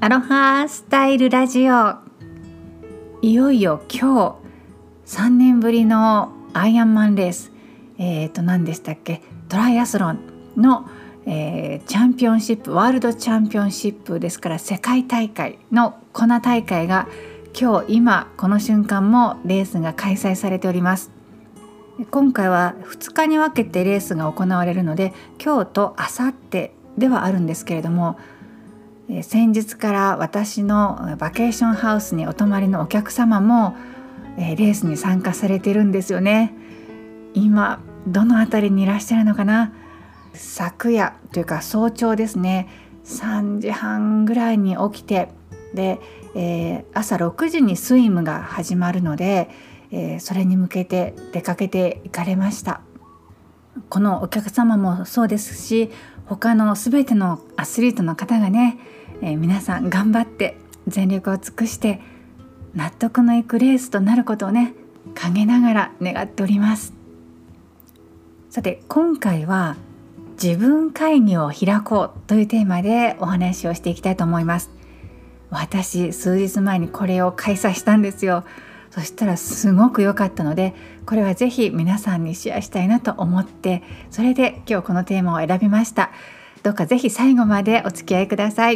アロハスタイルラジオ、いよいよ今日3年ぶりのアイアンマンレース、何でしたっけ、トライアスロンの、チャンピオンシップ、ワールドチャンピオンシップですから、世界大会のコナ大会が今この瞬間もレースが開催されております。今回は2日に分けてレースが行われるので、今日と明後日ではあるんですけれども、先日から私のバケーションハウスにお泊まりのお客様もレースに参加されてるんですよね。今どのあたりにいらっしゃるのかな。昨夜というか早朝ですね、3時半ぐらいに起きて、で、朝6時にスイムが始まるので、それに向けて出かけていかれました。このお客様もそうですし、他のすべてのアスリートの方がね、皆さん頑張って全力を尽くして納得のいくレースとなることをね、陰ながら願っております。さて、今回は自分会議を開こうというテーマでお話をしていきたいと思います。私数日前にこれを開催したんですよ。そしたらすごく良かったので、これはぜひ皆さんにシェアしたいなと思って、それで今日このテーマを選びました。どうかぜひ最後までお付き合いください。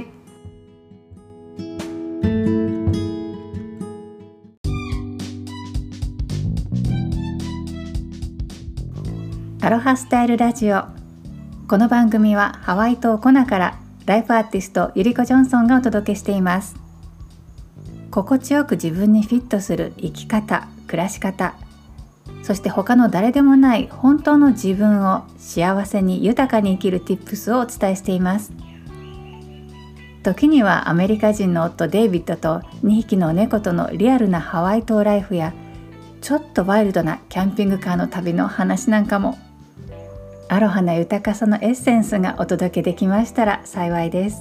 アロハスタイルラジオ。この番組はハワイ島コナからライフアーティストゆりこジョンソンがお届けしています。心地よく自分にフィットする生き方、暮らし方、そして他の誰でもない本当の自分を幸せに豊かに生きる Tips をお伝えしています。時にはアメリカ人の夫デイビッドと2匹の猫とのリアルなハワイ島ライフや、ちょっとワイルドなキャンピングカーの旅の話なんかも、アロハな豊かさのエッセンスがお届けできましたら幸いです。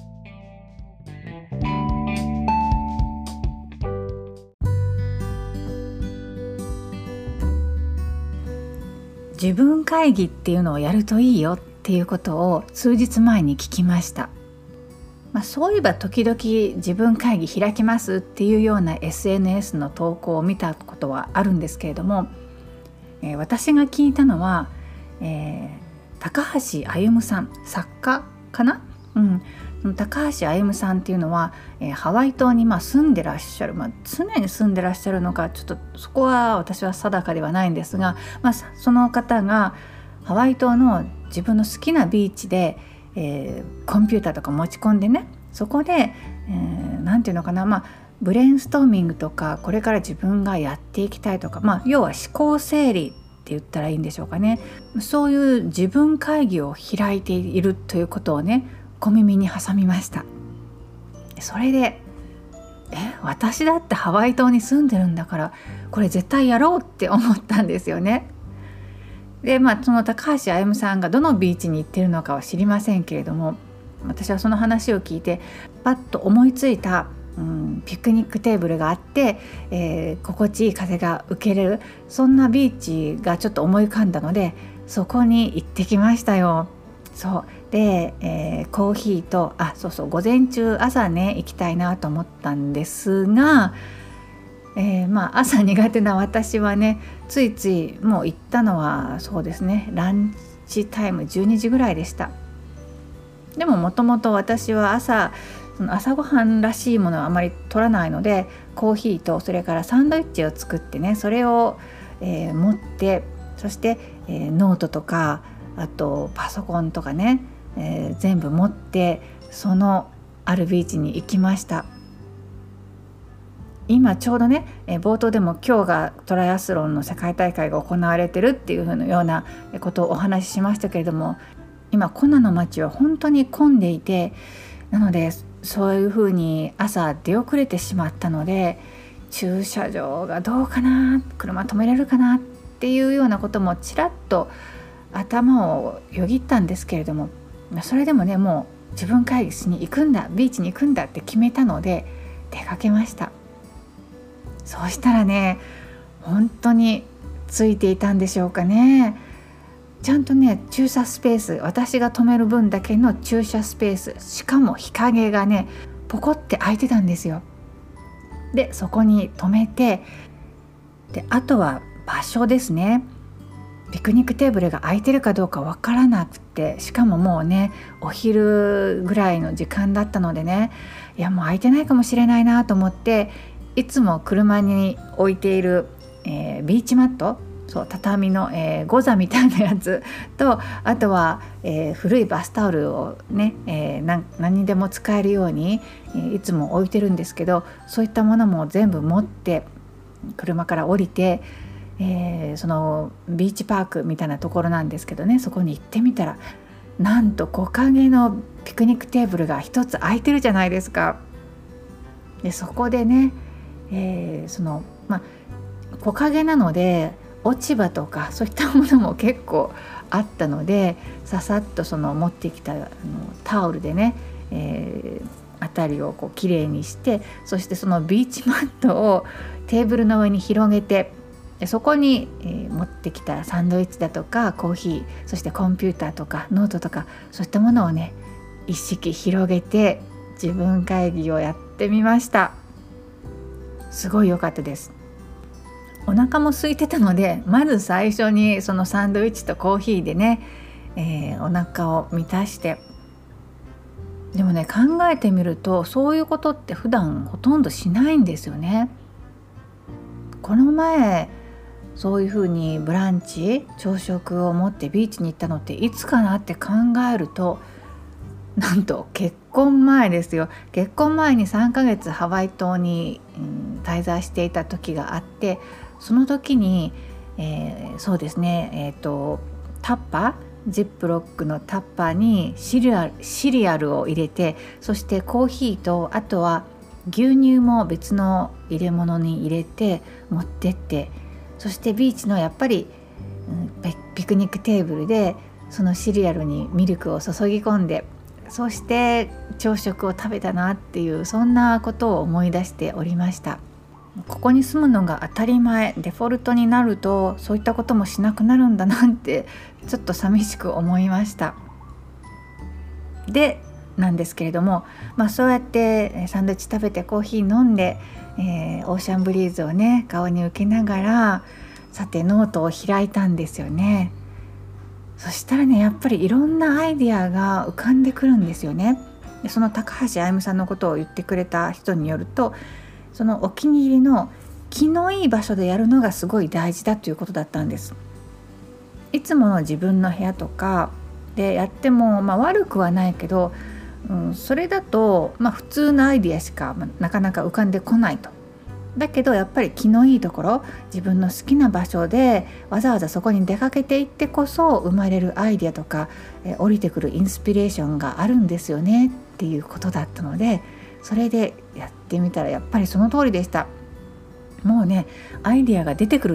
自分会議っていうのをやるといいよっていうことを数日前に聞きました。そういえば時々自分会議開きますっていうような SNS の投稿を見たことはあるんですけれども、私が聞いたのは、高橋歩さん、作家かな、高橋歩さんっていうのは、ハワイ島に住んでらっしゃる、常に住んでらっしゃるのかちょっとそこは私は定かではないんですが、その方がハワイ島の自分の好きなビーチで、コンピューターとか持ち込んでね、そこで、なんていうのかな、ブレインストーミングとか、これから自分がやっていきたいとか、要は思考整理って言ったらいいんでしょうかね。そういう自分会議を開いているということをね、小耳に挟みました。それで私だってハワイ島に住んでるんだから、これ絶対やろうって思ったんですよね。で、その高橋歩さんがどのビーチに行ってるのかは知りませんけれども、私はその話を聞いてパッと思いついた、ピクニックテーブルがあって、心地いい風が受けれる、そんなビーチがちょっと思い浮かんだので、そこに行ってきましたよ。そうで、コーヒーと午前中朝ね行きたいなと思ったんですが、朝苦手な私はね、ついついもう行ったのはそうですね、ランチタイム12時ぐらいでした。でももともと私は朝ごはんらしいものはあまり取らないので、コーヒーとそれからサンドイッチを作ってね、それを、持って、そして、ノートとか、あとパソコンとかね、全部持ってそのあるビーチに行きました。今ちょうどね、冒頭でも今日がトライアスロンの世界大会が行われてるっていうようなことをお話ししましたけれども、今コナの街は本当に混んでいて、なのでそういうふうに朝出遅れてしまったので、駐車場がどうかな、車止めれるかなっていうようなこともちらっと頭をよぎったんですけれども、それでもね、もう自分会議しに行くんだ、ビーチに行くんだって決めたので出かけました。そうしたらね、本当についていたんでしょうかね。ちゃんとね、駐車スペース、私が止める分だけの駐車スペース、しかも日陰がねポコって開いてたんですよ。でそこに止めて、であとは場所ですね。ピクニックテーブルが空いてるかどうかわからなくて、しかももうねお昼ぐらいの時間だったのでね、いやもう空いてないかもしれないなと思って、いつも車に置いている、ビーチマット、そう畳の、ゴザみたいなやつと、あとは、古いバスタオルをね、何にでも使えるように、いつも置いてるんですけど、そういったものも全部持って車から降りて、そのビーチパークみたいなところなんですけどね、そこに行ってみたら、なんと木陰のピクニックテーブルが一つ空いてるじゃないですか。でそこでね、木陰なので落ち葉とかそういったものも結構あったので、ささっとその持ってきたタオルでね、辺りをこうきれいにして、そしてそのビーチマットをテーブルの上に広げて、そこに、持ってきたサンドイッチだとかコーヒー、そしてコンピューターとかノートとか、そういったものをね一式広げて自分会議をやってみました。すごい良かったです。お腹も空いてたので、まず最初にそのサンドイッチとコーヒーでね、お腹を満たして、でもね考えてみるとそういうことって普段ほとんどしないんですよね。この前そういうふうにブランチ朝食を持ってビーチに行ったのっていつかなって考えると、なんと結婚前ですよ。結婚前に3ヶ月ハワイ島に、滞在していた時があって、その時に、そうですね、タッパー、ジップロックのタッパーにシリアルを入れて、そしてコーヒーとあとは牛乳も別の入れ物に入れて持ってって、そしてビーチのやっぱり、ピクニックテーブルでそのシリアルにミルクを注ぎ込んで、そして朝食を食べたなっていう、そんなことを思い出しておりました。ここに住むのが当たり前、デフォルトになるとそういったこともしなくなるんだなってちょっと寂しく思いました。でなんですけれども、そうやってサンドイッチ食べてコーヒー飲んで、オーシャンブリーズをね顔に受けながら、さてノートを開いたんですよね。そしたらねやっぱりいろんなアイデアが浮かんでくるんですよね。でその高橋愛美さんのことを言ってくれた人によると、そのお気に入りの気のいい場所でやるのがすごい大事だということだったんです。いつもの自分の部屋とかでやっても、悪くはないけど、それだと、普通のアイデアしか、なかなか浮かんでこないと。だけどやっぱり気のいいところ、自分の好きな場所でわざわざそこに出かけていってこそ生まれるアイデアとか、降りてくるインスピレーションがあるんですよねっていうことだったので、それでやってみたらやっぱりその通りでした。もうねアイデアが出てくる。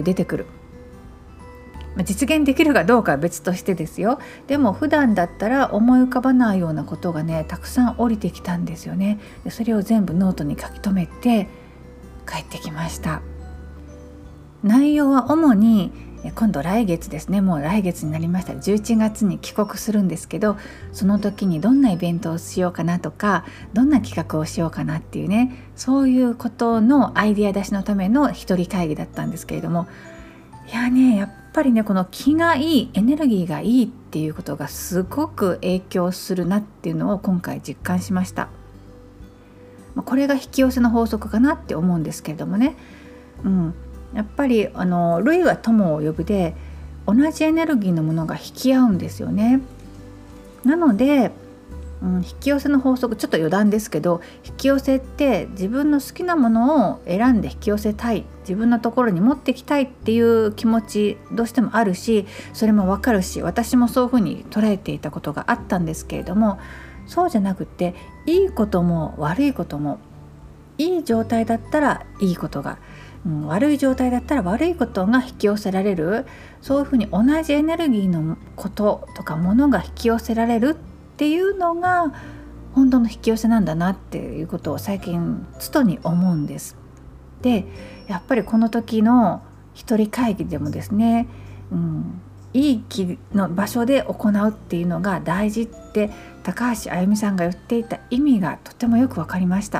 実現できるかどうかは別としてですよ。でも普段だったら思い浮かばないようなことがねたくさん降りてきたんですよね。でそれを全部ノートに書き留めて帰ってきました。内容は主に今度来月ですね、もう来月になりました。11月に帰国するんですけど、その時にどんなイベントをしようかなとか、どんな企画をしようかなっていうね、そういうことのアイデア出しのための一人会議だったんですけれども、やっぱりねこの気がいい、エネルギーがいいっていうことがすごく影響するなっていうのを今回実感しました。これが引き寄せの法則かなって思うんですけれどもね、やっぱり類は友を呼ぶで、同じエネルギーのものが引き合うんですよね。なので、引き寄せの法則、ちょっと余談ですけど、引き寄せって自分の好きなものを選んで引き寄せたい、自分のところに持ってきたいっていう気持ちどうしてもあるし、それもわかるし、私もそういうふうに捉えていたことがあったんですけれども、そうじゃなくて、いいことも悪いことも、いい状態だったらいいことが、悪い状態だったら悪いことが引き寄せられる、そういうふうに同じエネルギーのこととかものが引き寄せられるっていうのが本当の引き寄せなんだなっていうことを最近つとに思うんです。でやっぱりこの時の一人会議でもですね、 いい気の場所で行うっていうのが大事って高橋あゆみさんが言っていた意味がとてもよく分かりました。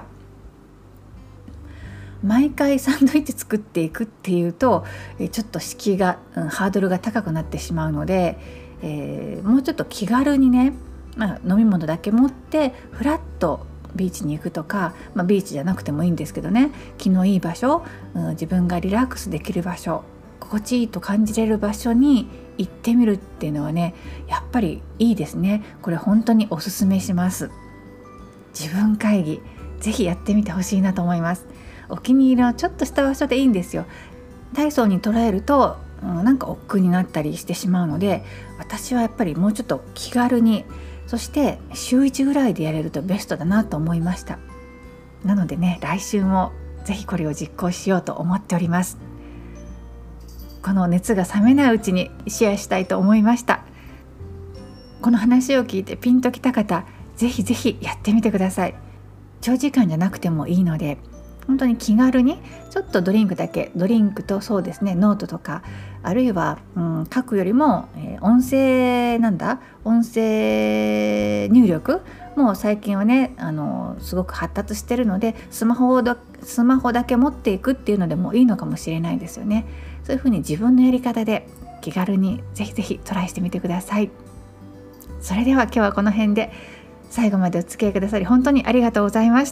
毎回サンドイッチ作っていくっていうとちょっと敷居が、ハードルが高くなってしまうので、もうちょっと気軽にね、飲み物だけ持ってフラッとビーチに行くとか、ビーチじゃなくてもいいんですけどね、気のいい場所、自分がリラックスできる場所、心地いいと感じれる場所に行ってみるっていうのはね、やっぱりいいですね。これ本当におすすめします。自分会議ぜひやってみてほしいなと思います。お気に入りのちょっとした場所でいいんですよ。大層に捉えると、なんか億劫になったりしてしまうので、私はやっぱりもうちょっと気軽に、そして週1ぐらいでやれるとベストだなと思いました。なのでね、来週もぜひこれを実行しようと思っております。この熱が冷めないうちにシェアしたいと思いました。この話を聞いてピンときた方、ぜひぜひやってみてください。長時間じゃなくてもいいので、本当に気軽にちょっとドリンクだけ、ドリンクとそうですね、ノートとか、あるいは、書くよりも、音声入力もう最近はね、すごく発達してるので、スマホだけ持っていくっていうのでもいいのかもしれないですよね。そういうふうに自分のやり方で気軽にぜひぜひトライしてみてください。それでは今日はこの辺で、最後までお付き合いくださり本当にありがとうございました。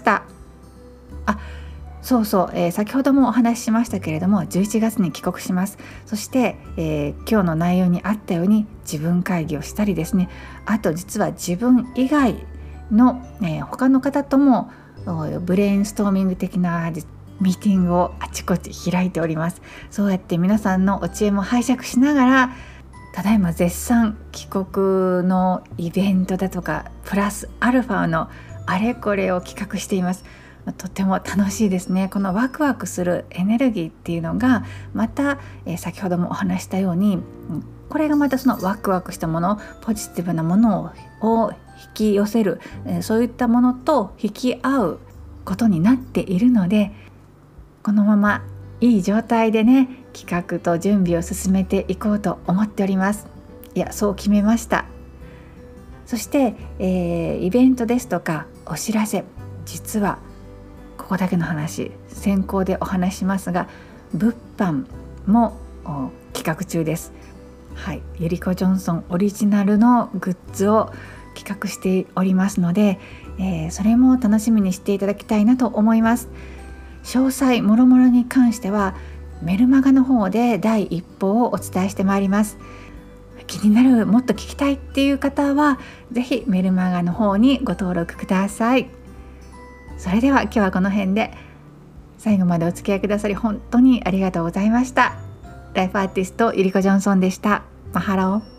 先ほどもお話ししましたけれども、11月に帰国します。そして、今日の内容にあったように自分会議をしたりですね、あと実は自分以外の、他の方ともブレインストーミング的なミーティングをあちこち開いております。そうやって皆さんのお知恵も拝借しながら、ただいま絶賛帰国のイベントだとかプラスアルファのあれこれを企画しています。とても楽しいですね。このワクワクするエネルギーっていうのがまた、先ほどもお話したように、これがまたそのワクワクしたもの、ポジティブなものを引き寄せる、そういったものと引き合うことになっているので、このままいい状態でね、企画と準備を進めていこうと思っております。そう決めました。そして、イベントですとかお知らせ、実はここだけの話、先行でお話しますが、物販も企画中です。ゆりこジョンソンオリジナルのグッズを企画しておりますので、それも楽しみにしていただきたいなと思います。詳細もろもろに関してはメルマガの方で第一報をお伝えしてまいります。気になる、もっと聞きたいっていう方はぜひメルマガの方にご登録ください。それでは今日はこの辺で、最後までお付き合いくださり本当にありがとうございました。ライフアーティストゆりこジョンソンでした。マハロー。